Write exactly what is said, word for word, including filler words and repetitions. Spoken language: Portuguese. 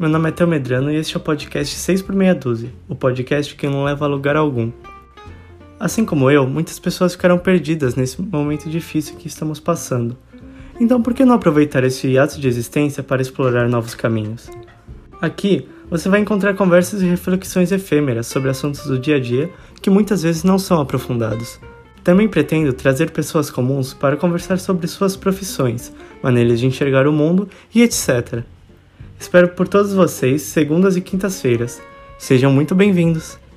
Meu nome é Theo Medrano e este é o podcast seis por meia dúzia, o podcast que não leva a lugar algum. Assim como eu, muitas pessoas ficaram perdidas nesse momento difícil que estamos passando. Então por que não aproveitar esse ato de existência para explorar novos caminhos? Aqui, você vai encontrar conversas e reflexões efêmeras sobre assuntos do dia a dia que muitas vezes não são aprofundados. Também pretendo trazer pessoas comuns para conversar sobre suas profissões, maneiras de enxergar o mundo e etcétera. Espero por todos vocês, segundas e quintas-feiras. Sejam muito bem-vindos!